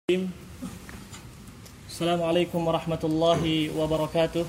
Assalamualaikum warahmatullahi wabarakatuh.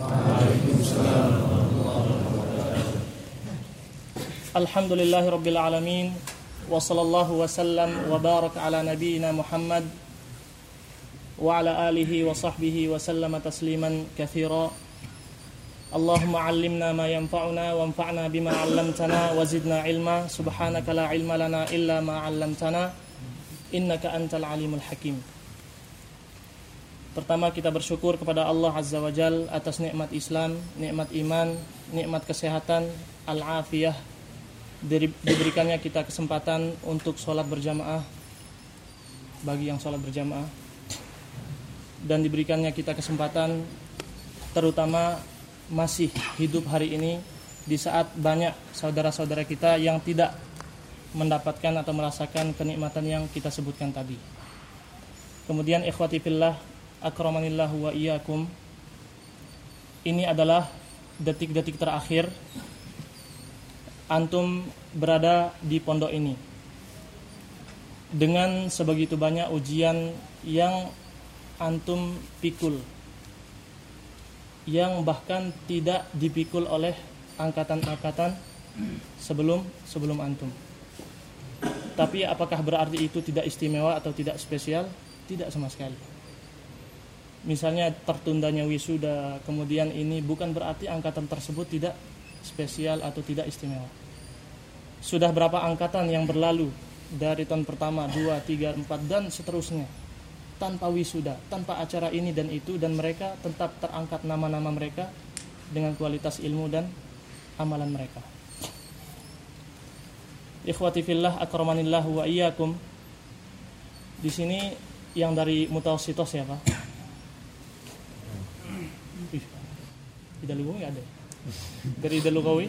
Alhamdulillahi rabbil alamin. Wa sallallahu wa sallam wa baraka ala nabiyyina Muhammad wa ala alihi wa sahbihi wa sallama tasliman katsira. Allahumma 'allimna ma yanfa'una wanfa'na bima 'allamtana wa zidna ilma. Subhanaka la ilma lana illa ma 'allamtana. Innaka antal alimul hakim. Pertama kita bersyukur kepada Allah Azza wa Jal atas nikmat Islam, nikmat iman, nikmat kesehatan, al-afiyah. Diberikannya kita kesempatan untuk sholat berjamaah bagi yang sholat berjamaah, dan diberikannya kita kesempatan terutama masih hidup hari ini di saat banyak saudara-saudara kita yang tidak mendapatkan atau merasakan kenikmatan yang kita sebutkan tadi. Kemudian ikhwati fillah, akramanillahu wa iyyakum. Ini adalah detik-detik terakhir antum berada di pondok ini dengan sebegitu banyak ujian yang antum pikul, yang bahkan tidak dipikul oleh angkatan-angkatan sebelum antum. Tapi apakah berarti itu tidak istimewa atau tidak spesial? Tidak sama sekali. Misalnya tertundanya wisuda, kemudian ini bukan berarti angkatan tersebut tidak spesial atau tidak istimewa. Sudah berapa angkatan yang berlalu dari tahun pertama, 2, 3, 4 dan seterusnya tanpa wisuda, tanpa acara ini dan itu, dan mereka tetap terangkat nama-nama mereka dengan kualitas ilmu dan amalan mereka. Ikhwati fillah, akramanillahu wa iyyakum. Di sini yang dari Mutawassitos siapa? Ida Lugawi ada. Dari Ida Lugawi?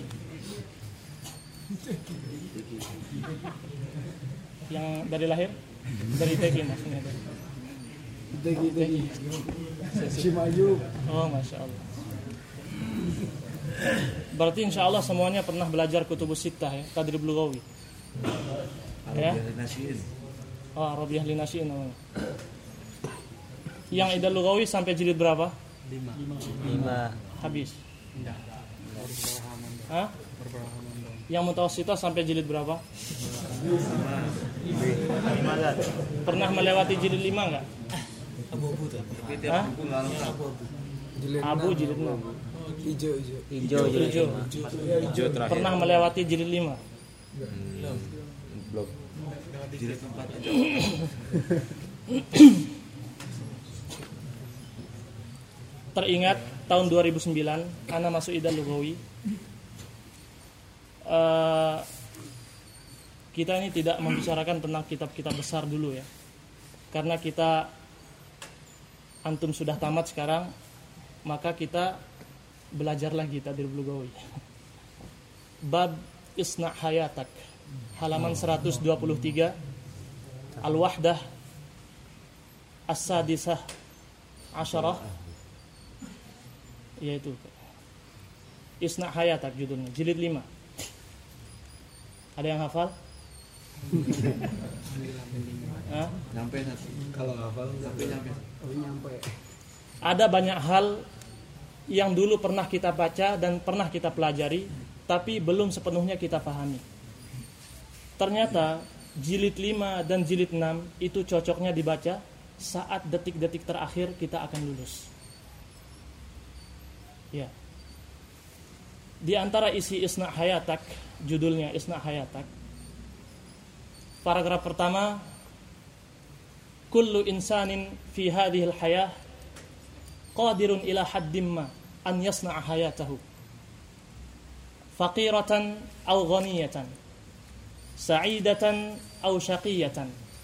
Yang dari lahir? Dari TK maksudnya. TK. Simaju. Oh, Masya Allah. Berarti insya Allah semuanya pernah belajar Kutubus Sittah ya, Tadrib Lugawi. Ya? Oh, Arabiyah Linasyi'in namanya. Yang Ida Lugawi sampai jilid berapa? 5. Habis. Hah? Yang Mutawassitos sampai jilid berapa? 5. Pernah melewati jilid 5 enggak? Abu-abu tuh. Abu jilid 6. Hijau terakhir. Pernah melewati jilid 5? Belum. Jilid 4 aja. Teringat tahun 2009 ana masuk Ida Lugawi. Kita ini tidak membicarakan tentang kitab-kitab besar dulu ya. Karena kita antum sudah tamat sekarang, maka kita belajar lagi Tadrib Lugawi. Bab Isna' Hayatak, halaman 123, Al-Wahdah As-Sadisah Asyarah, yaitu Isna' Hayatak judulnya, jilid 5. Ada yang hafal? Nyampe kalau hafal nyampe. Ada banyak hal yang dulu pernah kita baca dan pernah kita pelajari, tapi belum sepenuhnya kita pahami. Ternyata jilid 5 dan jilid 6 itu cocoknya dibaca saat detik-detik terakhir kita akan lulus. Ya. Di antara isi Isna' Hayatak, judulnya Isna' Hayatak, paragraf pertama, kullu insanin fi hadhil hayah qadirun ila haddimma an yasna'a hayatahu faqiratan aw ghaniyatan sa'idatan aw syaqiyatan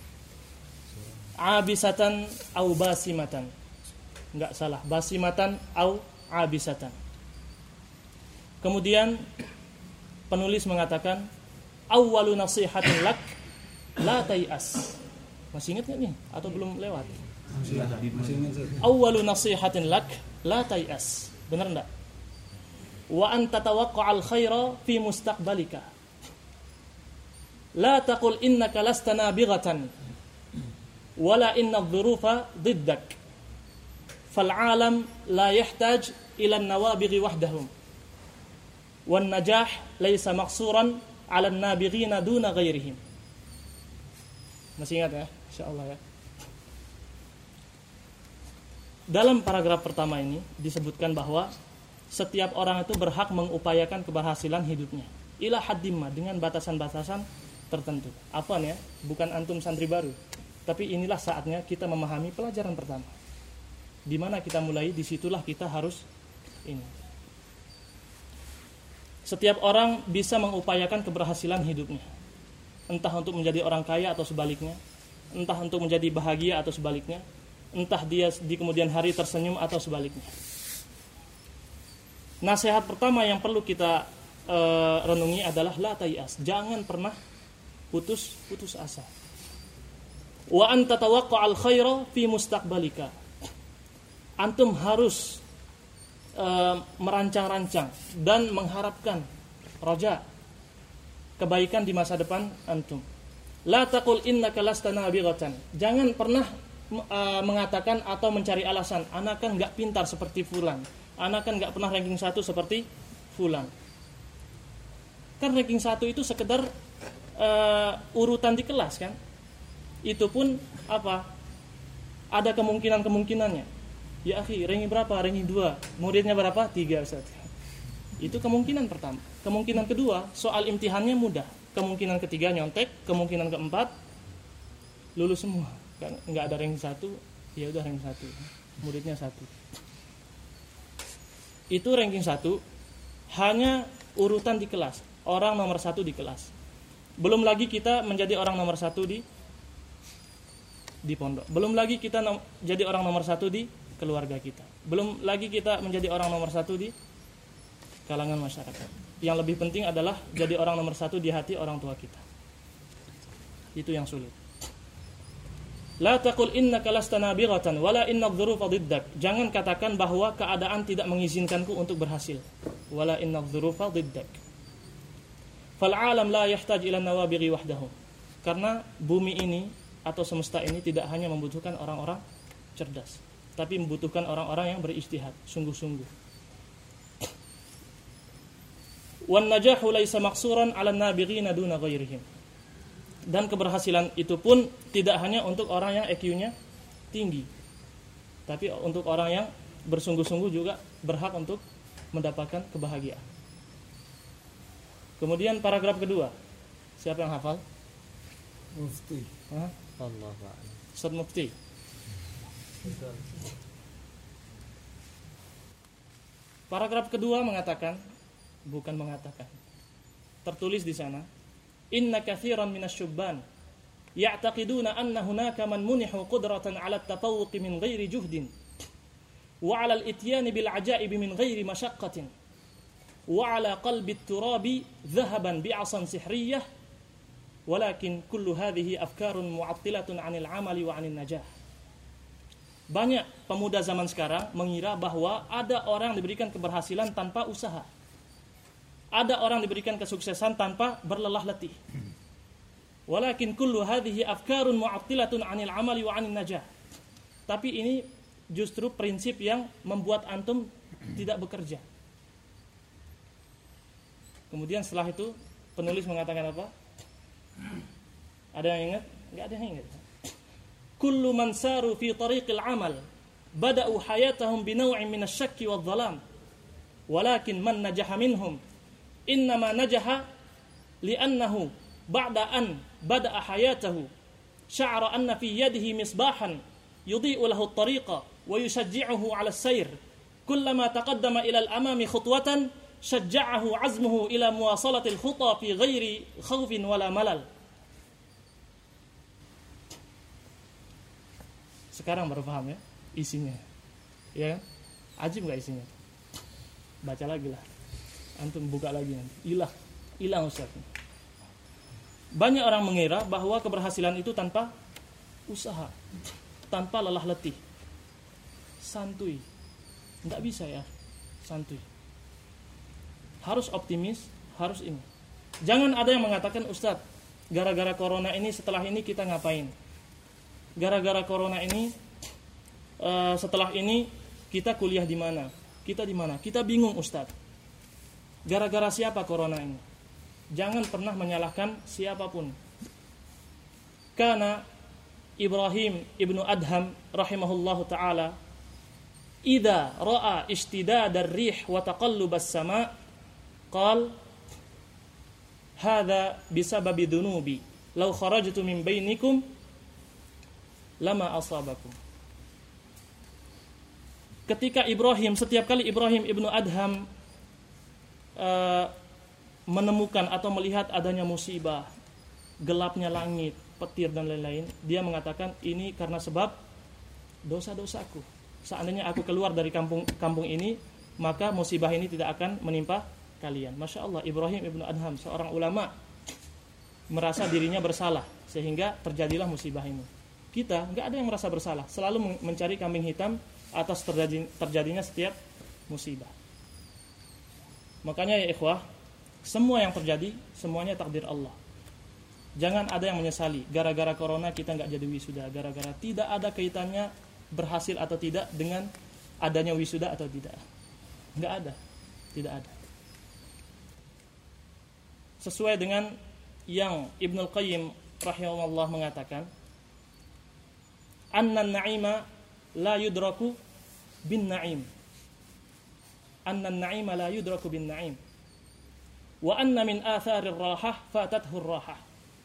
abisatan aw basimatan. Enggak salah, basimatan aw abisatan. Kemudian penulis mengatakan awwalu nasihatin lak la tay'as. Masih ingat enggak nih atau belum lewat? Awwalu nasihatin lak la tay'as. Benar enggak? Wa anta tawaqqa'al khaira fi mustaqbalika. La taqul innaka lasta nabighatan wala inna adh-dhurufa ضدك فالعالم لا يحتاج إلى النوابغ وحدهم والنجاح ليس مقصورا على النابغين دون غيرهم. Masih ingat ya? Insyaallah ya. Dalam paragraf pertama ini disebutkan bahwa setiap orang itu berhak mengupayakan keberhasilan hidupnya ila haddimma, dengan batasan-batasan tertentu. Apa ya? Bukan antum santri baru, tapi inilah saatnya kita memahami pelajaran pertama. Di mana kita mulai, disitulah kita harus ini. Setiap orang bisa mengupayakan keberhasilan hidupnya, entah untuk menjadi orang kaya atau sebaliknya, entah untuk menjadi bahagia atau sebaliknya, entah dia di kemudian hari tersenyum atau sebaliknya. Nasihat pertama yang perlu kita renungi adalah la tayas, jangan pernah putus asa. Wa anta tawaqqa'al khaira fi mustaqbalika. Antum harus merancang-rancang dan mengharapkan raja kebaikan di masa depan antum. La taqul innaka lasta nabighatan. Jangan pernah mengatakan atau mencari alasan, anak kan enggak pintar seperti fulan, anak kan enggak pernah ranking 1 seperti fulan. Kan ranking 1 itu sekedar urutan di kelas kan. Itu pun apa? Ada kemungkinannya. Ya akhi, ranking berapa? Ranking 2. Muridnya berapa? 3 Ustaz. Itu kemungkinan pertama. Kemungkinan kedua, soal imtihannya mudah. Kemungkinan ketiga nyontek, kemungkinan keempat lulus semua. Kan enggak ada ranking 1, ya udah ranking 1. Muridnya 1. Itu ranking 1 hanya urutan di kelas. Orang nomor 1 di kelas. Belum lagi kita menjadi orang nomor 1 di pondok. Belum lagi kita jadi orang nomor 1 di keluarga kita. Belum lagi kita menjadi orang nomor 1 di kalangan masyarakat. Yang lebih penting adalah jadi orang nomor 1 di hati orang tua kita. Itu yang sulit. La taqul innaka lasta nabighatan wala inna adh-dhurufa ضدك. Jangan katakan bahwa keadaan tidak mengizinkanku untuk berhasil. Wala inna adh-dhurufa ضدك. Fal 'alam la yahtaj ila an-nawabighi wahdahu. Karena bumi ini atau semesta ini tidak hanya membutuhkan orang-orang cerdas, tapi membutuhkan orang-orang yang berijtihad, sungguh-sungguh. Wan najahu laisa maqsuran 'ala an-nabighina duna ghairihim. Dan keberhasilan itu pun tidak hanya untuk orang yang EQ-nya tinggi, tapi untuk orang yang bersungguh-sungguh juga berhak untuk mendapatkan kebahagiaan. Kemudian paragraf kedua. Siapa yang hafal? Mufti. Allah Ta'ala. Ustaz Mufti. Paragraf kedua tertulis di sana, inna katsiran minasyubban ya'taqiduna anna hunaka man munihu qudratan 'ala at-tafawuq min ghairi juhdin wa 'ala al-ityan bil 'ajaib min ghairi mashaqqatin wa 'ala qalbi at-turabi dhahaban bi'asan sihriyah walakin kullu hadhihi afkarun mu'attilatun 'anil 'amali wa 'anil najah. Banyak pemuda zaman sekarang mengira bahwa ada orang diberikan keberhasilan tanpa usaha. Ada orang diberikan kesuksesan tanpa berlelah letih. Walakin kullu hadhihi afkarun mu'attilatun 'anil 'amali wa 'anil najah. Tapi ini justru prinsip yang membuat antum tidak bekerja. Kemudian setelah itu penulis mengatakan apa? Ada yang ingat? Enggak ada yang ingat. Kullu man saru fi tariqil 'amal bada'u hayatahum bi naw'in min asy-syakki wadh-dhalam. Walakin man najaha minhum innama najaha li'annahu ba'da an bada'a hayatahu sya'ara anna fi yadihi misbahan yudhi'u lahu at-tariqa wa yushajji'uhu 'ala as-sayr kullama taqaddama ila al-amami khutwatan syajja'ahu 'azmuhu ila muwasalati al-khuta fi ghairi khawfin wala malal. Sekarang baru paham ya isinya. Ya, ajib enggak isinya? Baca lagi lah. Antum buka lagi nanti. Hilang Ustaz. Banyak orang mengira bahwa keberhasilan itu tanpa usaha, tanpa lelah letih. Santuy. Enggak bisa ya. Santuy. Harus optimis, harus ini. Jangan ada yang mengatakan, Ustaz, gara-gara corona ini setelah ini kita ngapain? gara-gara corona ini, setelah ini kita kuliah di mana? Kita di mana? Kita bingung Ustaz. Gara-gara siapa corona ini? Jangan pernah menyalahkan siapapun. Karena Ibrahim ibnu Adham rahimahullahu ta'ala idza ra'a ishtidad ar-rih wa taqallub as-sama' qala hadza bisababi dhunubi law kharajtu min bainikum lama asabakum. Ketika Ibrahim, setiap kali Ibrahim ibnu Adham menemukan atau melihat adanya musibah, gelapnya langit, petir dan lain-lain, dia mengatakan ini karena sebab dosa-dosaku. Seandainya aku keluar dari kampung ini, maka musibah ini tidak akan menimpa kalian. Masya Allah, Ibrahim ibnu Adham, seorang ulama, merasa dirinya bersalah sehingga terjadilah musibah ini. Kita nggak ada yang merasa bersalah, selalu mencari kambing hitam atas terjadinya setiap musibah. Makanya ya ikhwah, semua yang terjadi semuanya takdir Allah. Jangan ada yang menyesali gara-gara corona kita nggak jadi wisuda, gara-gara tidak ada kaitannya berhasil atau tidak dengan adanya wisuda atau tidak. Nggak ada, tidak ada. Sesuai dengan yang Ibnul Qayyim rahimahullah mengatakan, annan na'ima la yudraku bin na'im. Annan na'ima la yudraku bin na'im. Wa anna min atharir rahah fatathu rahah.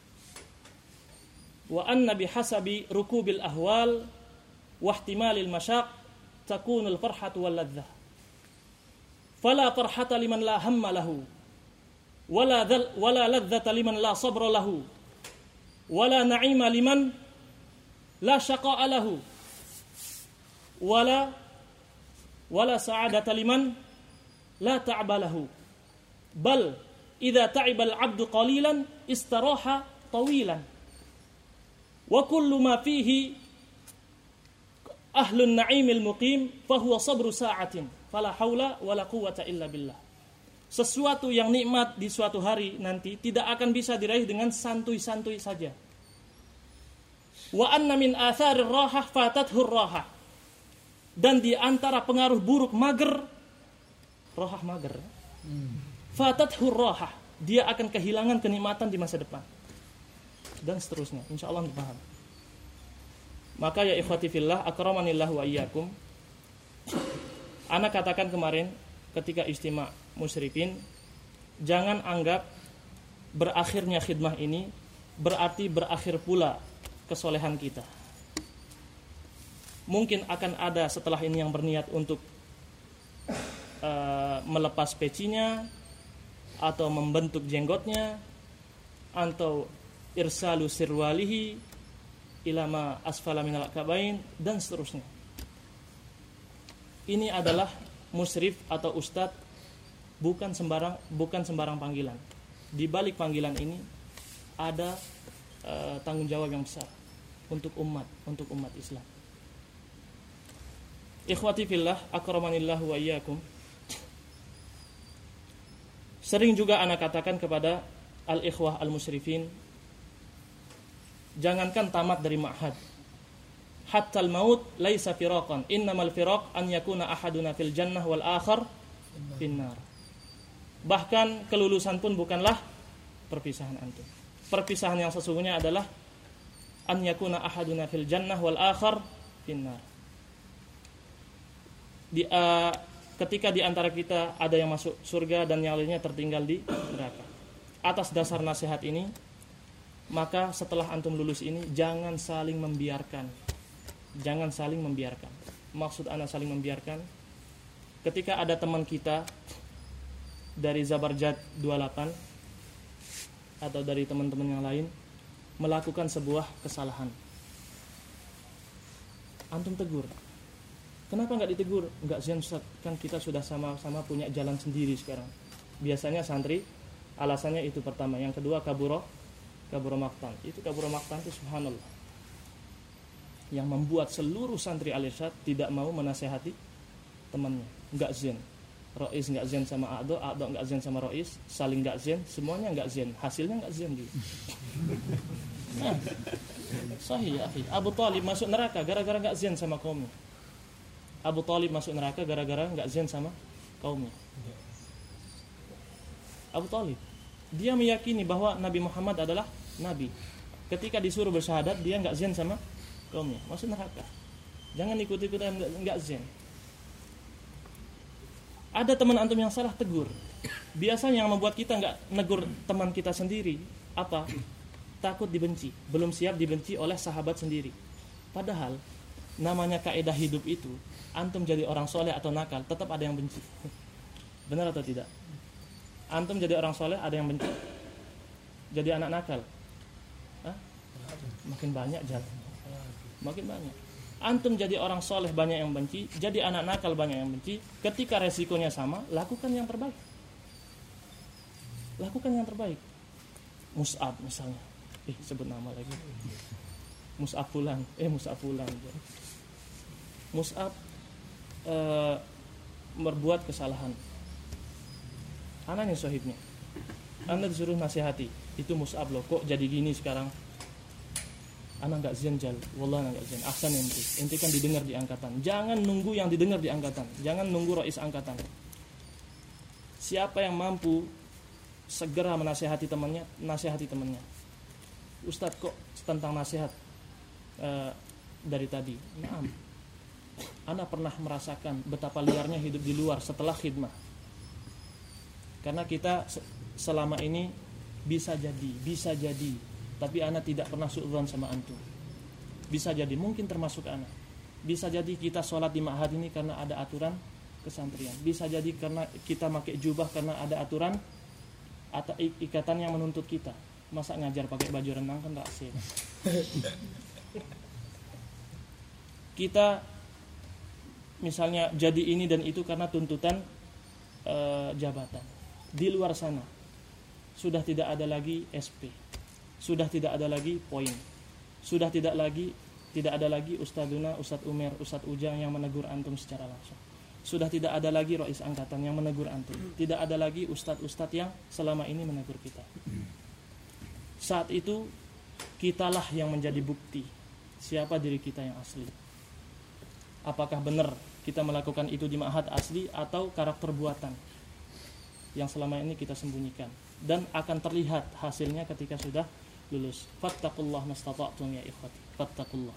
Wa anna bihasabi rukubil ahwal wa ihtimalil masyaq takunul farhatu wal ladzah. Fala farhata liman la hamma lahu wala ladzata liman la sabra lahu wala na'ima liman la syaqa'a lahu wala sa'adata liman la ta'ba lahu bal idza ta'iba al-'abdu qalilan istaraha tawilan wa kullu ma fihi ahlun na'imil muqim fahuwa sabru sa'atin fala haula wala quwwata illa billah. Sesuatu yang nikmat di suatu hari nanti tidak akan bisa diraih dengan santuy-santuy saja. Wa anna min atharir rahah fatathur rahah. Dan di antara pengaruh buruk mager, rahah mager. Fatathur rahah, dia akan kehilangan kenikmatan di masa depan. Dan seterusnya, insyaallah dipaham. Maka ya ikhwati fillah, akramanillah wa iyyakum. Ana katakan kemarin ketika istima' musyrifin, jangan anggap berakhirnya khidmah ini berarti berakhir pula kesolehan kita. Mungkin akan ada setelah ini yang berniat untuk melepas pecinya atau membentuk jenggotnya atau irsalu sirwalihi ilama asfala minal kabain dan seterusnya. Ini adalah musyrif atau ustadz bukan sembarang panggilan. Di balik panggilan ini ada tanggung jawab yang besar untuk umat Islam. Ikhwati fillah, akramanillah wa iyyakum. Sering juga ana katakan kepada al-ikhwah al-musyrifin, jangankan tamat dari ma'had, hatta al-maut laisa firaqan, innamal firaq an yakuna ahaduna fil jannah wal akhar finnar. Bahkan kelulusan pun bukanlah perpisahan antum. Perpisahan yang sesungguhnya adalah an yakuna ahaduna fil jannah wal akhar finnar. Ketika di antara kita ada yang masuk surga dan yang lainnya tertinggal di neraka. Atas dasar nasihat ini, maka setelah antum lulus ini jangan saling membiarkan. Jangan saling membiarkan. Maksud ana saling membiarkan, ketika ada teman kita dari Zabarjat 28 atau dari teman-teman yang lain melakukan sebuah kesalahan, antum tegur. Kenapa nggak ditegur? Nggak Zen Ustaz, kan kita sudah sama-sama punya jalan sendiri sekarang. Biasanya santri alasannya itu pertama. Yang kedua kaburo maktan. Itu kaburo maktan itu subhanallah, yang membuat seluruh santri al-irsyad tidak mau menasehati temannya. Nggak Zen. Rois nggak Zen sama A'do nggak Zen sama Rois, saling nggak Zen, semuanya nggak Zen. Hasilnya nggak Zen juga. Nah, sahih ya akhi. Abu Talib masuk neraka gara-gara enggak zina sama kaumnya. Abu Talib masuk neraka gara-gara enggak zina sama kaumnya. Abu Talib, dia meyakini bahwa Nabi Muhammad adalah nabi. Ketika disuruh bersyahadat, dia enggak zina sama kaumnya, masuk neraka. Jangan ikut-ikutan enggak zina. Ada teman antum yang salah, tegur. Biasanya yang membuat kita enggak negur teman kita sendiri apa? Takut dibenci, belum siap dibenci oleh sahabat sendiri. Padahal namanya kaidah hidup itu, antum jadi orang soleh atau nakal, tetap ada yang benci. Benar atau tidak? Antum jadi orang soleh, ada yang benci. Jadi anak nakal, makin banyak jalan, makin banyak. Antum jadi orang soleh, banyak yang benci. Jadi anak nakal, banyak yang benci. Ketika resikonya sama, lakukan yang terbaik. Lakukan yang terbaik. Mus'ab misalnya, sebut nama lagi. Mus'ab Fulan. Mus'ab berbuat kesalahan. Anaknya sohibnya. Anda disuruh nasihati. Itu Mus'ab loh, kok jadi gini sekarang? Anak enggak zin jal. Wallah anak enggak zin. Ahsan ente kan didengar di angkatan. Jangan nunggu yang didengar di angkatan. Jangan nunggu rais angkatan. Siapa yang mampu segera menasihati temannya, nasihati temannya. Ustadz kok tentang nasihat dari tadi. Naam. Ana pernah merasakan betapa liarnya hidup di luar setelah khidmah. Karena kita selama ini bisa jadi, tapi ana tidak pernah suudzon sama antum. Bisa jadi, mungkin termasuk ana. Bisa jadi kita sholat di ma'had ini karena ada aturan kesantrian. Bisa jadi karena kita pakai jubah karena ada aturan atau ikatan yang menuntut kita. Masa ngajar pakai baju renang kan tak asik. Kita misalnya jadi ini dan itu karena tuntutan jabatan. Di luar sana sudah tidak ada lagi SP, sudah tidak ada lagi poin, sudah tidak ada lagi Ustadzuna, Ustadz Umer, Ustadz Ujang yang menegur antum secara langsung. Sudah tidak ada lagi rais angkatan yang menegur antum. Tidak ada lagi ustadz-ustadz yang selama ini menegur kita. Saat itu kitalah yang menjadi bukti siapa diri kita yang asli. Apakah benar kita melakukan itu di ma'had asli atau karakter buatan yang selama ini kita sembunyikan, dan akan terlihat hasilnya ketika sudah lulus. Fattaqullah mastata'tum ya ikhwati. Fattaqullah.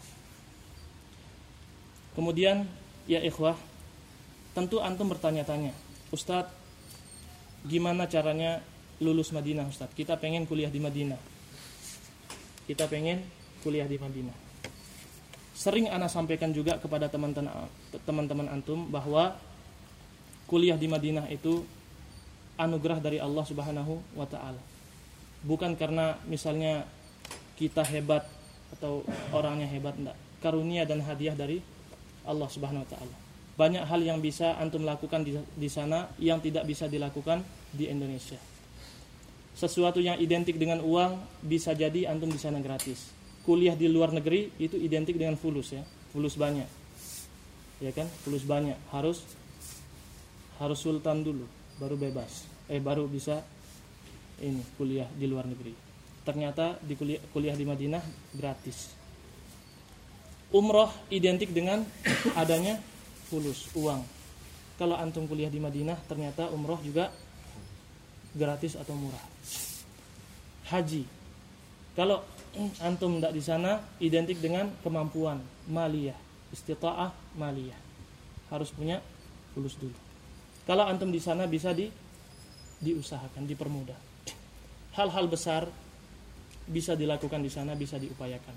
Kemudian ya ikhwah, tentu antum bertanya-tanya, Ustadz, gimana caranya lulus Madinah Ustadz? Kita pengen kuliah di Madinah. Sering ana sampaikan juga kepada teman-teman antum bahwa kuliah di Madinah itu anugerah dari Allah Subhanahu wa taala. Bukan karena misalnya kita hebat atau orangnya hebat, enggak. Karunia dan hadiah dari Allah Subhanahu wa taala. Banyak hal yang bisa antum lakukan di sana yang tidak bisa dilakukan di Indonesia. Sesuatu yang identik dengan uang bisa jadi antum di sana gratis. Kuliah di luar negeri itu identik dengan fulus ya, fulus banyak. Ya kan? Fulus banyak, harus sultan dulu baru bebas. Baru bisa ini kuliah di luar negeri. Ternyata di kuliah di Madinah gratis. Umroh identik dengan adanya fulus, uang. Kalau antum kuliah di Madinah ternyata umroh juga gratis atau murah. Haji, kalau antum tidak di sana identik dengan kemampuan maliyah, istita'ah maliyah. Harus punya fulus dulu. Kalau antum di sana bisa diusahakan, dipermudah. Hal-hal besar bisa dilakukan di sana, bisa diupayakan.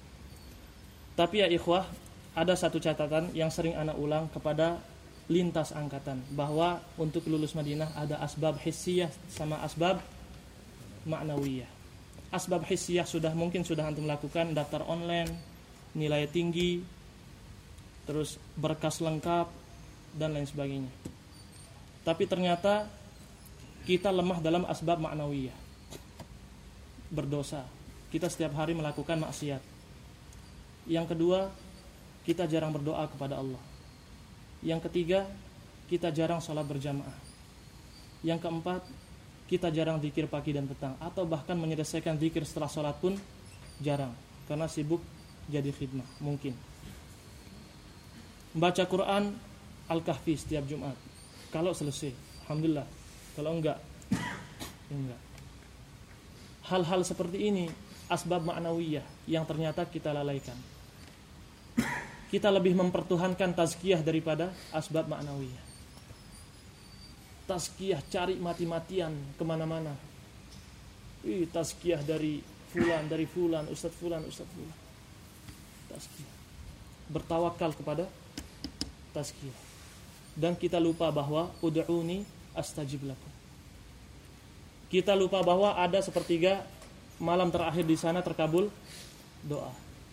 Tapi ya ikhwah, ada satu catatan yang sering ana ulang kepada lintas angkatan, bahwa untuk lulus Madinah ada asbab hissiyah sama asbab ma'nawiyah. Asbab hissiyah mungkin sudah antum lakukan, daftar online, nilai tinggi, terus berkas lengkap dan lain sebagainya. Tapi ternyata kita lemah dalam asbab ma'nawiyah. Berdosa. Kita setiap hari melakukan maksiat. Yang kedua, kita jarang berdoa kepada Allah. Yang ketiga, kita jarang sholat berjamaah. Yang keempat, kita jarang zikir pagi dan petang, atau bahkan menyelesaikan zikir setelah sholat pun Jarang, karena sibuk jadi khidmah mungkin. Baca Quran Al-Kahfi setiap Jumat. Kalau selesai, alhamdulillah. Kalau enggak, enggak. Hal-hal seperti ini asbab ma'nawiyah yang ternyata kita lalaikan. Kita lebih mempertuhankan tazkiyah daripada asbab ma'nawiyah. Tazkiyah cari mati-matian kemana-mana. Tazkiyah dari fulan, ustadz fulan. Tazkiyah. Bertawakal kepada tazkiyah. Dan kita lupa bahwa ud'uni astajib lakum. Kita lupa bahwa ada sepertiga malam terakhir di sana terkabul doa.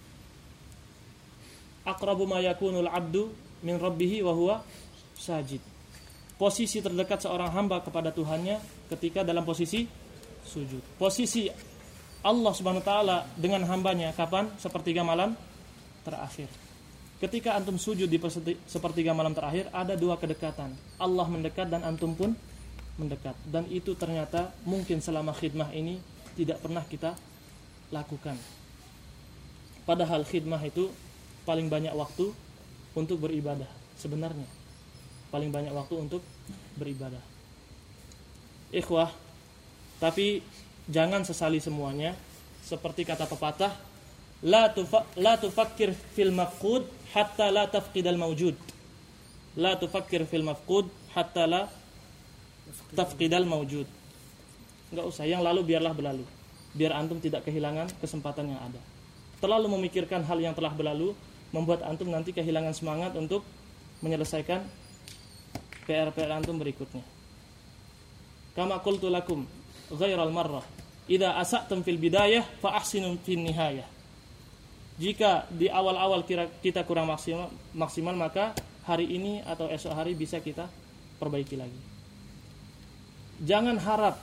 Aqrabu ma yakunul 'abdu min rabbih wa huwa sajid. Posisi terdekat seorang hamba kepada Tuhannya ketika dalam posisi sujud. Posisi Allah Subhanahu wa taala dengan hambanya kapan? Sepertiga malam terakhir. Ketika antum sujud di sepertiga malam terakhir, ada dua kedekatan. Allah mendekat dan antum pun mendekat. Dan itu ternyata mungkin selama khidmah ini tidak pernah kita lakukan. Padahal khidmah itu paling banyak waktu untuk beribadah sebenarnya. Paling banyak waktu untuk beribadah. Ikhwah, tapi jangan sesali semuanya. Seperti kata pepatah, la tufakkir fil mafqud hatta la tafqidal mawjud. La tufakkir fil mafqud hatta la tafqidal mawjud. Enggak usah, yang lalu biarlah berlalu. Biar antum tidak kehilangan kesempatan yang ada. Terlalu memikirkan hal yang telah berlalu membuat antum nanti kehilangan semangat untuk menyelesaikan PR-PR antum berikutnya. Kama qultu lakum ghairal marrah, idza asa'tum fil bidayah fa ahsinu fin nihayah. Jika di awal-awal kita kurang maksimal, maka hari ini atau esok hari bisa kita perbaiki lagi. Jangan harap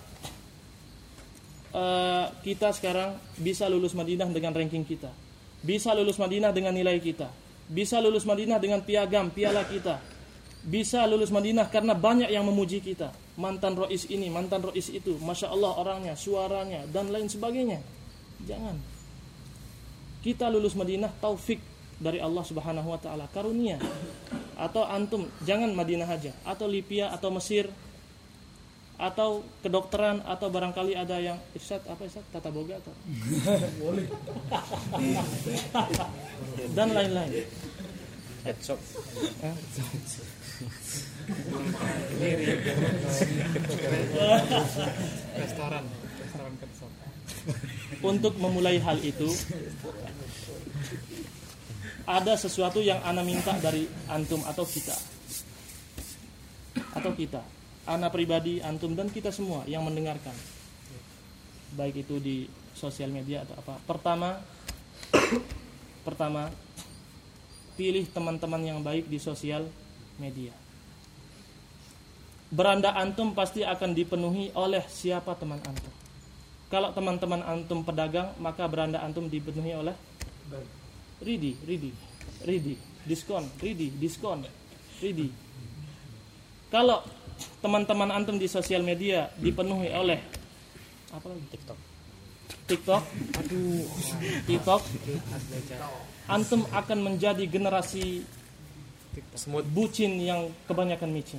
kita sekarang bisa lulus Madinah dengan ranking kita, bisa lulus Madinah dengan nilai kita, bisa lulus Madinah dengan piagam, piala kita, bisa lulus Madinah karena banyak yang memuji kita, mantan rois ini, mantan rois itu, masya Allah orangnya, suaranya, dan lain sebagainya. Jangan. Kita lulus Madinah taufik dari Allah Subhanahu wa taala, karunia. Atau antum jangan Madinah aja, atau Libya atau Mesir, atau kedokteran, atau barangkali ada yang Irsyad tata boga atau boleh. Dan lain-lain. Headshot. Restoran headshot. Untuk memulai hal itu ada sesuatu yang ana minta dari antum atau kita, ana pribadi, antum dan kita semua yang mendengarkan, baik itu di sosial media atau apa. Pertama, pilih teman-teman yang baik di sosial media. Beranda antum pasti akan dipenuhi oleh siapa teman antum. Kalau teman-teman antum pedagang, maka beranda antum dipenuhi oleh Ridi, diskon. Kalau teman-teman antum di sosial media dipenuhi oleh apa lagi? TikTok. Antum akan menjadi generasi bucin yang kebanyakan micin.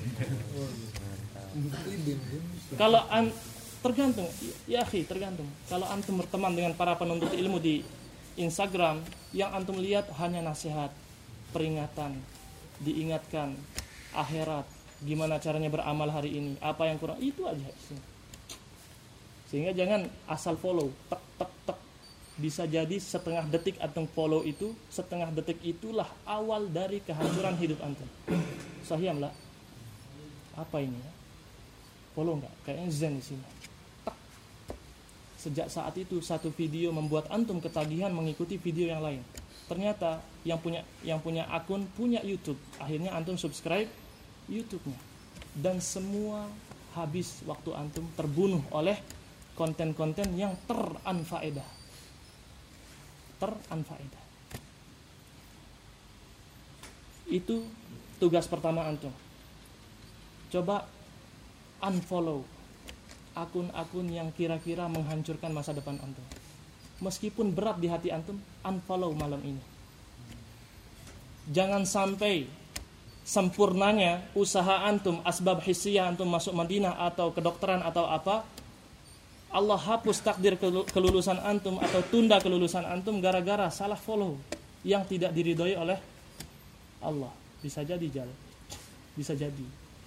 Kalau tergantung. Kalau antum berteman dengan para penuntut ilmu di Instagram, yang antum lihat hanya nasihat, peringatan, diingatkan akhirat, gimana caranya beramal hari ini, apa yang kurang, itu aja. Sehingga jangan asal follow, tek. Bisa jadi setengah detik antum follow itu, setengah detik itulah awal dari kehancuran hidup antum. Sahiham lah. Apa ini ya? Follow enggak? Kayaknya zen di sini. Sejak saat itu satu video membuat antum ketagihan mengikuti video yang lain. Ternyata yang punya akun punya YouTube. Akhirnya antum subscribe YouTube-nya. Dan semua habis waktu antum terbunuh oleh konten-konten yang teranfaedah. Itu tugas pertama antum. Coba unfollow akun-akun yang kira-kira menghancurkan masa depan antum. meskipun berat di hati antum, unfollow malam ini. Jangan sampai sempurnanya usaha antum, asbab hissiyah antum masuk Madinah atau kedokteran atau apa, Allah hapus takdir kelulusan antum atau tunda kelulusan antum gara-gara salah follow yang tidak diridhoi oleh Allah. Bisa jadi jalan, bisa jadi.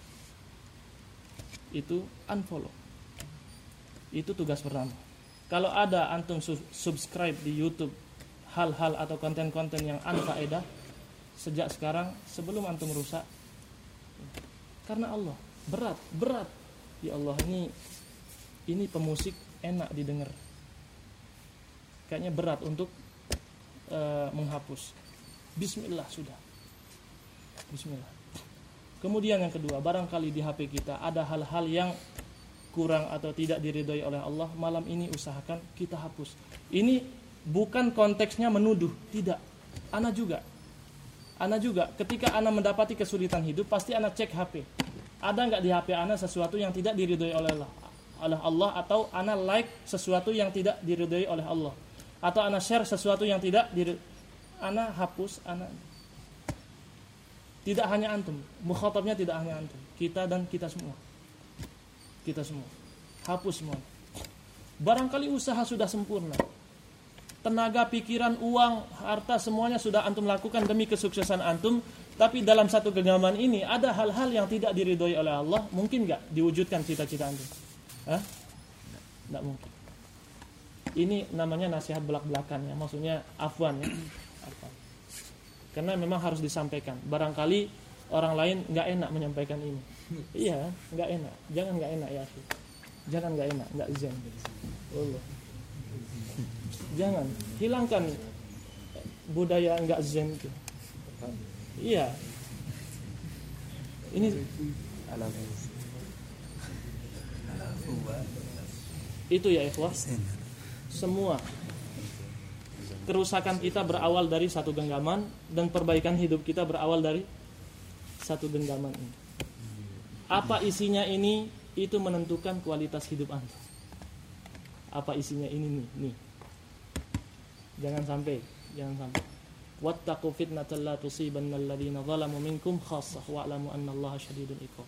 Itu unfollow. Itu tugas pertama. Kalau ada antum subscribe di YouTube hal-hal atau konten-konten yang anfaedah, sejak sekarang sebelum antum rusak, karena Allah berat. Ya Allah, ini pemusik enak didengar, kayaknya berat untuk menghapus. Bismillah sudah. Bismillah. Kemudian yang kedua, barangkali di HP kita ada hal-hal yang kurang atau tidak diridhoi oleh Allah, malam ini usahakan kita hapus. Ini bukan konteksnya menuduh, tidak. Ana juga ketika ana mendapati kesulitan hidup, pasti ana cek HP. Ada enggak di HP ana sesuatu yang tidak diridhoi oleh Allah, atau ana like sesuatu yang tidak diridhoi oleh Allah, atau ana share sesuatu yang tidak ana hapus. Ana tidak hanya antum, mukhatabnya tidak hanya antum, kita dan kita semua hapus semua. Barangkali usaha sudah sempurna, tenaga, pikiran, uang, harta, semuanya sudah antum lakukan demi kesuksesan antum, tapi dalam satu genggaman ini ada hal-hal yang tidak diridhoi oleh Allah. Mungkin enggak diwujudkan cita-cita antum? Enggak mungkin. Ini namanya nasihat belak-belakan ya, maksudnya afwan ya. Afwan. Karena memang harus disampaikan. Barangkali orang lain enggak enak menyampaikan ini. Iya, enggak enak. Jangan enggak enak ya, akhi. Jangan enggak enak, enggak zen. Allah. Jangan hilangkan budaya enggak zen itu. Iya. Ini itu ya ikhwah. Semua kerusakan kita berawal dari satu genggaman, dan perbaikan hidup kita berawal dari satu genggaman ini. Apa isinya ini, itu menentukan kualitas hidup Anda. Apa isinya ini nih. Jangan sampai. Wattaqu fitnatan la tusibanna alladziina zalamu minkum khassah wa'lamu annallaha syadidul iqab.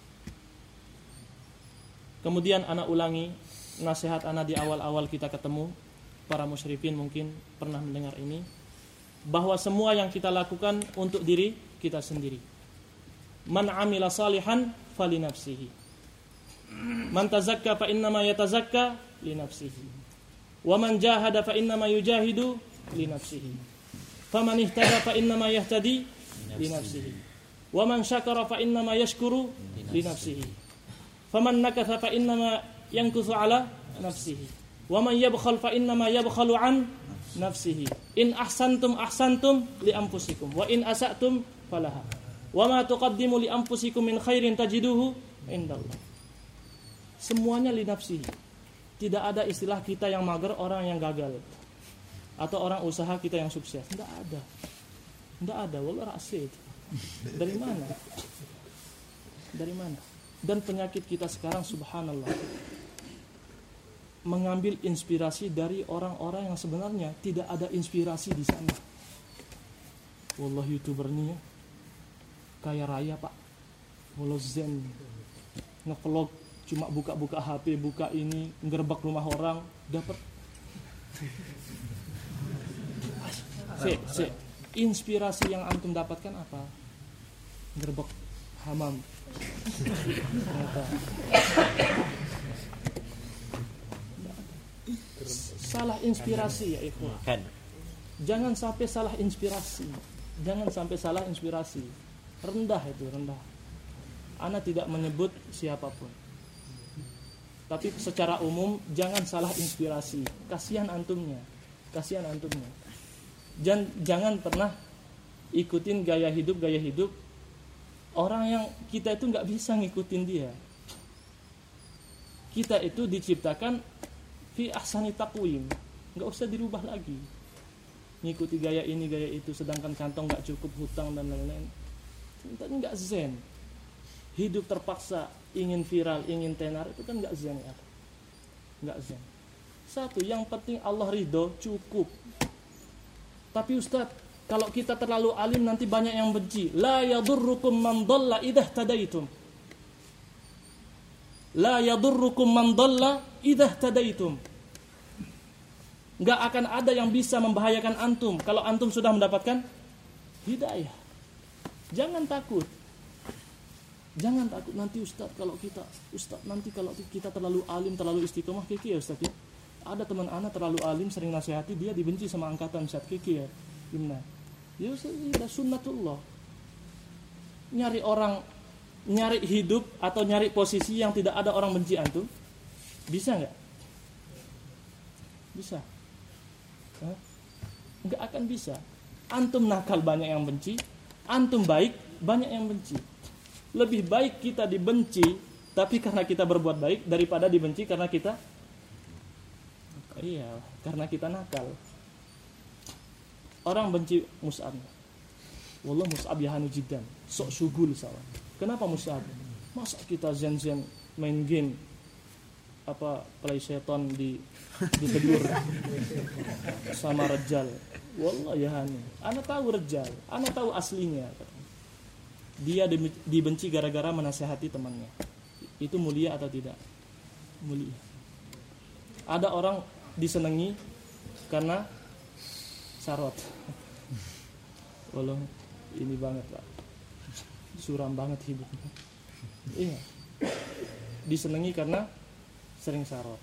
Kemudian ana ulangi nasihat ana di awal-awal kita ketemu. Para musyrifin mungkin pernah mendengar ini, bahwa semua yang kita lakukan untuk diri kita sendiri. Man amila salihan fali nafsihi. Man tazakka fa innama yatazakka li nafsihi. Wa man jahada fa innama yujahidu li nafsihi. Faman ihtada fa innama yahtadi li nafsihi. Wa man syakara fa innama yashkuru li nafsihi. Faman nakatha fa innama yankuthu ala nafsihi. Wa man yabkhal fa innama yabkhalu an nafsihi. In ahsantum ahsantum li anfusikum wa in asatum falaha. Wa ma tuqaddimu li anfusikum min khairin tajiduhu indallah. Semuanya li nafsihi. Tidak ada istilah kita yang mager, orang yang gagal, atau orang usaha kita yang sukses. Tidak ada. Wallah rasid. Dari mana? Dan penyakit kita sekarang subhanallah, mengambil inspirasi dari orang-orang yang sebenarnya tidak ada inspirasi di sana. Wallah YouTuber nih ya, kaya raya pak, wallah zen, nge-vlog cuma buka-buka HP, buka ini, ngerebak rumah orang, dapat. Inspirasi yang antum dapatkan apa? Ngerebak hamam. Salah inspirasi ya ikhwan. Jangan sampai salah inspirasi. Rendah. Ana tidak menyebut siapapun, tapi secara umum jangan salah inspirasi. Kasihan antumnya. Jangan pernah ikutin gaya hidup orang yang kita itu nggak bisa ngikutin dia. Kita itu diciptakan fi ahsani taqwim, nggak usah dirubah lagi. Ngikuti gaya ini gaya itu, sedangkan kantong nggak cukup, hutang dan lain-lain. Kita nggak zen. Hidup terpaksa ingin viral, ingin tenar, itu kan nggak zen ya. Nggak zen. Satu, yang penting Allah ridho, cukup. Tapi Ustaz, kalau kita terlalu alim nanti banyak yang benci. La yadurrukum man dhalla idza tadaitum. La yadurrukum man dhalla idza tadaitum. Enggak akan ada yang bisa membahayakan antum kalau antum sudah mendapatkan hidayah. Jangan takut. Jangan takut nanti Ustaz kalau kita terlalu alim, terlalu istiqomah kiki ya Ustaz ya. Ada teman anak terlalu alim sering nasihati dia dibenci sama angkatan Ustaz kiki ya. Gimana? Ya sudah sunnatullah. Nyari hidup atau nyari posisi yang tidak ada orang benci antum. Bisa enggak? Bisa. Enggak akan bisa. Antum nakal banyak yang benci, antum baik banyak yang benci. Lebih baik kita dibenci tapi karena kita berbuat baik daripada dibenci karena kita nakal. Orang benci Mus'ab. Wallah Mus'ab yahanu jiddan. Sok syugul sawan. Kenapa Mus'ab? Masa kita zen-zen main game play setan ditegur sama Rajal. Wallah yahanu. Ana tahu Rajal, ana tahu aslinya. Dia dibenci gara-gara menasihati temannya. Itu mulia atau tidak? Mulia. Ada orang disenangi karena sarot. Walau ini banget Pak, suram banget hidupnya. Iya, disenangi karena sering sarot.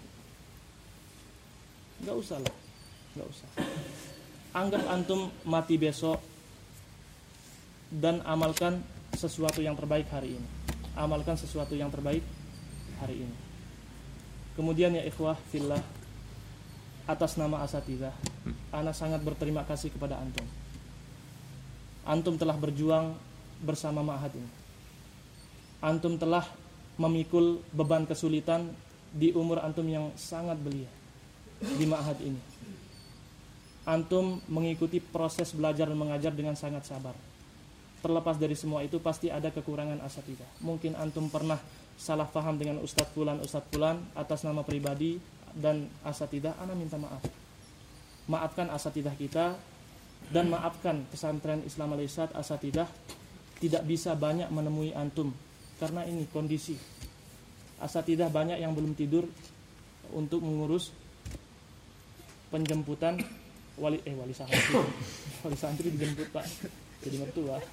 Gak usah lah, gak usah. Anggap antum mati besok dan amalkan sesuatu yang terbaik hari ini. Amalkan sesuatu yang terbaik hari ini. Kemudian ya ikhwah fillah, atas nama asatidzah, ana sangat berterima kasih kepada antum. Antum telah berjuang bersama ma'had ini. Antum telah memikul beban kesulitan di umur antum yang sangat belia di ma'had ini. Antum mengikuti proses belajar dan mengajar dengan sangat sabar. Terlepas dari semua itu pasti ada kekurangan asatidzah. Mungkin antum pernah salah paham dengan Ustadz Fulan atas nama pribadi dan asatidzah, ana minta maaf. Maafkan asatidzah kita dan maafkan pesantren Islam Al-Irsyad asatidzah tidak bisa banyak menemui antum karena ini kondisi. Asatidzah banyak yang belum tidur untuk mengurus penjemputan wali santri dijemput Pak jadi mertua.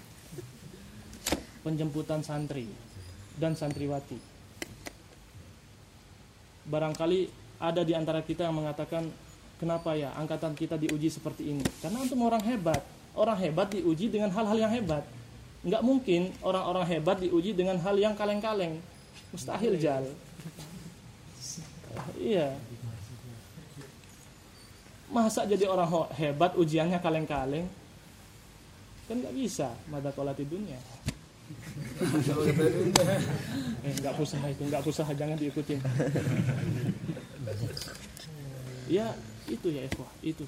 Penjemputan santri dan santriwati. Barangkali ada di antara kita yang mengatakan, kenapa ya angkatan kita diuji seperti ini? Karena antum orang hebat. Orang hebat diuji dengan hal-hal yang hebat. Enggak mungkin orang-orang hebat diuji dengan hal yang kaleng-kaleng. Mustahil Jal. Iya. Masa jadi orang hebat ujiannya kaleng-kaleng? Kan enggak bisa. Madakolati dunia. Enggak usah, jangan diikutin. Ya, itu ya ikhwah, itu.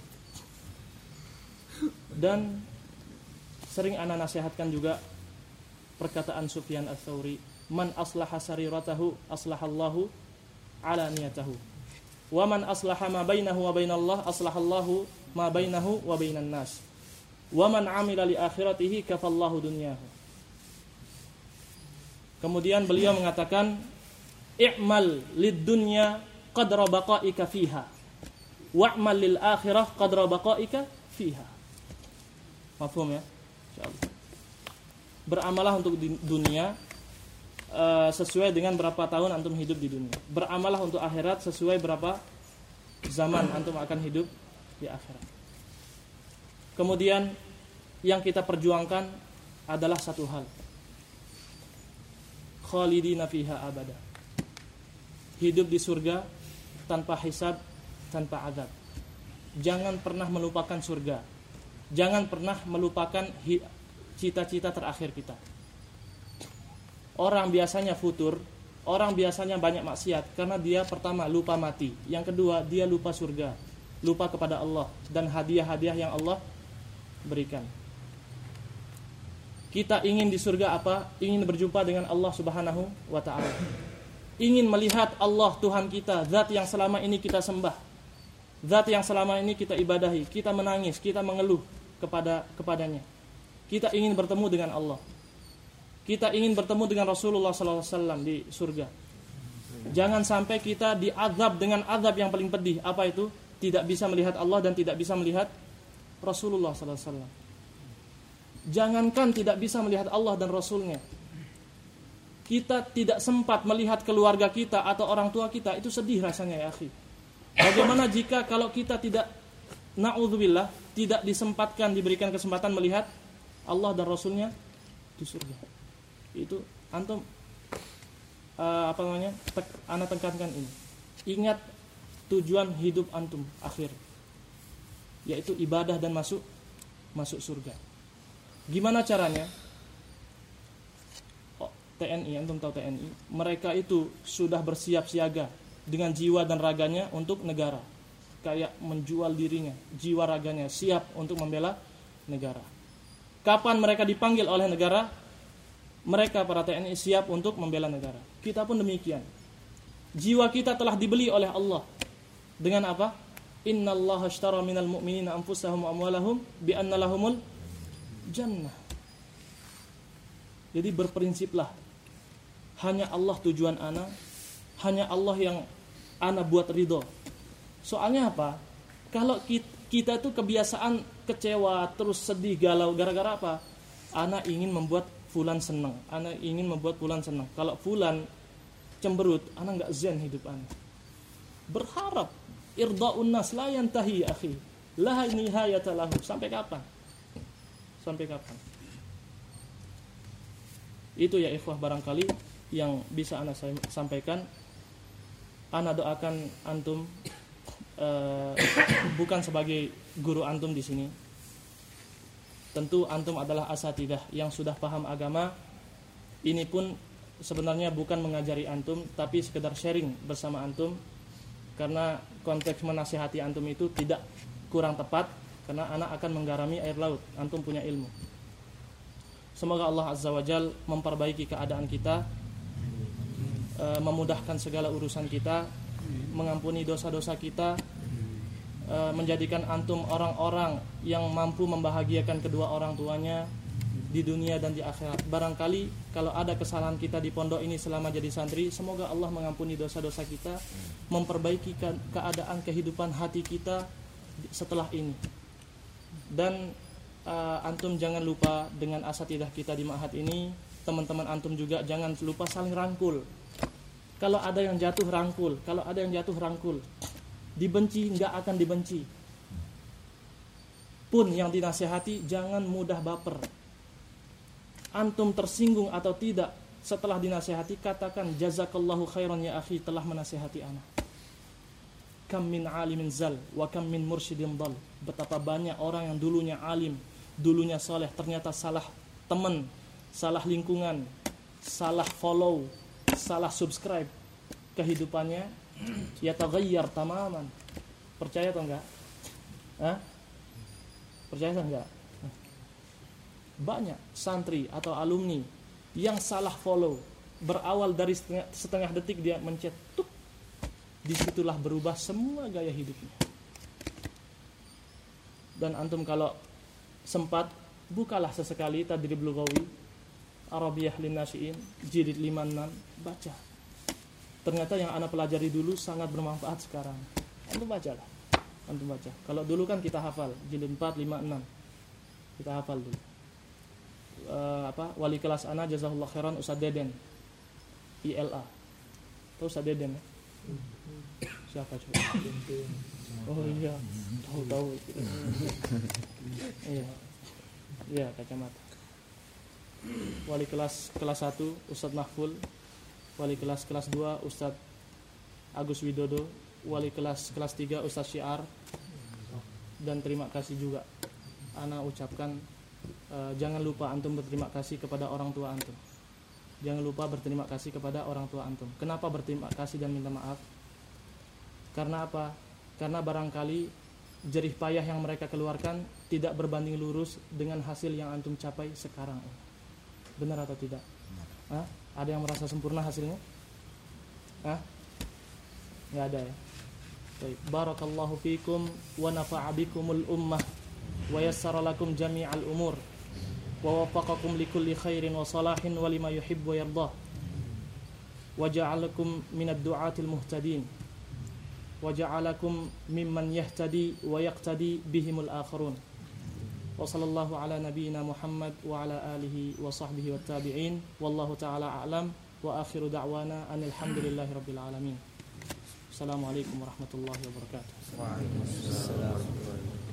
Dan sering ana nasihatkan juga perkataan Sufyan Ats-Tsauri, man aslaha sariratahu aslahallahu ala niyatahu. Wa man aslaha ma bainahu wa bainallah aslahallahu ma bainahu wa bainan nas. Wa man amila li akhiratihi kafallahu dunyahu. Kemudian beliau mengatakan, i'mal lid dunya qadra baqaika fiha wa'mal lil akhirah qadra baqaika fiha. Mafhum ya? Insyaallah. Beramalah untuk di dunia sesuai dengan berapa tahun antum hidup di dunia. Beramalah untuk akhirat sesuai berapa zaman antum akan hidup di akhirat. Kemudian yang kita perjuangkan adalah satu hal. Khalidina fiha abada. Hidup di surga tanpa hisab, tanpa azab. Jangan pernah melupakan surga. Jangan pernah melupakan cita-cita terakhir kita. Orang biasanya futur, orang biasanya banyak maksiat karena dia pertama lupa mati, yang kedua dia lupa surga, lupa kepada Allah dan hadiah-hadiah yang Allah berikan. Kita ingin di surga apa? Ingin berjumpa dengan Allah Subhanahu wa ta'ala. Ingin melihat Allah Tuhan kita, zat yang selama ini kita sembah. Zat yang selama ini kita ibadahi, kita menangis, kita mengeluh kepadanya. Kita ingin bertemu dengan Allah. Kita ingin bertemu dengan Rasulullah SAW di surga. Jangan sampai kita diazab dengan azab yang paling pedih. Apa itu? Tidak bisa melihat Allah dan tidak bisa melihat Rasulullah SAW. Jangankan tidak bisa melihat Allah dan Rasulnya, kita tidak sempat melihat keluarga kita atau orang tua kita, itu sedih rasanya ya akhi. Bagaimana jika kalau kita tidak, na'udzubillah, tidak disempatkan, diberikan kesempatan melihat Allah dan Rasulnya di surga. Itu antum ana tekankan ini. Ingat tujuan hidup antum akhir, yaitu ibadah dan masuk surga. Gimana caranya? TNI, antum tahu TNI, mereka itu sudah bersiap siaga dengan jiwa dan raganya untuk negara. Kayak menjual dirinya, jiwa raganya siap untuk membela negara. Kapan mereka dipanggil oleh negara, mereka para TNI siap untuk membela negara. Kita pun demikian. Jiwa kita telah dibeli oleh Allah. Dengan apa? Innallaha ashtara minal mu'minina anfusahum wa amwalahum bi anna lahumul jannah. Jadi berprinsiplah, hanya Allah tujuan ana, hanya Allah yang ana buat ridho. Soalnya apa? Kalau kita tuh kebiasaan kecewa, terus sedih, galau, gara-gara apa? Ana ingin membuat fulan senang, ana ingin membuat fulan senang. Kalau fulan cemberut, ana enggak zen hidup ana. Berharap irda'un nas la yantahi akhi, la nihayata lahu. Sampai kapan? Sampai kapan? Itu ya ikhwah barangkali yang bisa ana sampaikan. Ana doakan antum, bukan sebagai guru antum di sini. Tentu antum adalah asatidah yang sudah paham agama. Ini pun sebenarnya bukan mengajari antum, tapi sekedar sharing bersama antum. Karena konteks menasihati antum itu tidak kurang tepat, karena anak akan menggarami air laut. Antum punya ilmu. Semoga Allah Azza wa Jal memperbaiki keadaan kita, memudahkan segala urusan kita, mengampuni dosa-dosa kita, menjadikan antum orang-orang yang mampu membahagiakan kedua orang tuanya di dunia dan di akhirat. Barangkali kalau ada kesalahan kita di pondok ini selama jadi santri, semoga Allah mengampuni dosa-dosa kita, memperbaiki keadaan kehidupan hati kita setelah ini. Dan antum jangan lupa dengan asatidah kita di ma'had ini, teman-teman antum juga jangan lupa saling rangkul. Kalau ada yang jatuh rangkul, kalau ada yang jatuh rangkul. Dibenci enggak akan dibenci. Pun yang dinasihati jangan mudah baper. Antum tersinggung atau tidak setelah dinasihati, katakan jazakallahu khairan ya akhi telah menasihati ana. Kam min alimin zal wa kam min mursyidin dhal. Betapa banyak orang yang dulunya alim, dulunya soleh, ternyata salah teman, salah lingkungan, salah follow, salah subscribe, kehidupannya yataghayyar tamaman. Percaya atau enggak? Percaya atau enggak? Banyak santri atau alumni yang salah follow, berawal dari setengah detik dia mencet tuk, disitulah berubah semua gaya hidupnya. Dan antum kalau sempat, bukalah sesekali Tadrib Lughawi Arabiyah Linnasyi'in jilid 56, baca. Ternyata yang ana pelajari dulu sangat bermanfaat sekarang. Antum bacalah. Antum baca. Kalau dulu kan kita hafal jilid 4, 5, 6. Kita hafal dulu. Wali kelas ana jazahullah khairan Ustaz Deden. ILA. Tahu Ustaz Deden ya? Siapa coba? Oh iya, tahu. Iya, kacamata. Wali kelas 1 Ustadz Mahful, wali kelas 2 Ustadz Agus Widodo, wali kelas 3 Ustadz Syiar. Dan terima kasih juga ana ucapkan, jangan lupa antum berterima kasih kepada orang tua antum. Jangan lupa berterima kasih kepada orang tua antum. Kenapa berterima kasih dan minta maaf? Karena apa? Karena barangkali jerih payah yang mereka keluarkan tidak berbanding lurus dengan hasil yang antum capai sekarang. Benar atau tidak? Ada yang merasa sempurna hasilnya? Nggak ada ya? Baik, barakallahu fikum wa nafa'a bikumul ummah wa yassara lakum jami'al umur wa waffaqakum likulli khairin wa salahin wa lima yuhibbu wa yardah wa ja'alakum minad du'atil muhtadin wa ja'alakum mimman yahtadi wa yaqtadi bihimul akharun. Wa sallallahu ala nabiyyina Muhammad wa ala alihi wa sahbihi wa tabi'in. Wallahu ta'ala a'lam wa akhiru da'wana anil hamdulillahi rabbil alamin. Assalamualaikum warahmatullahi wabarakatuh. Waalaikumsalam.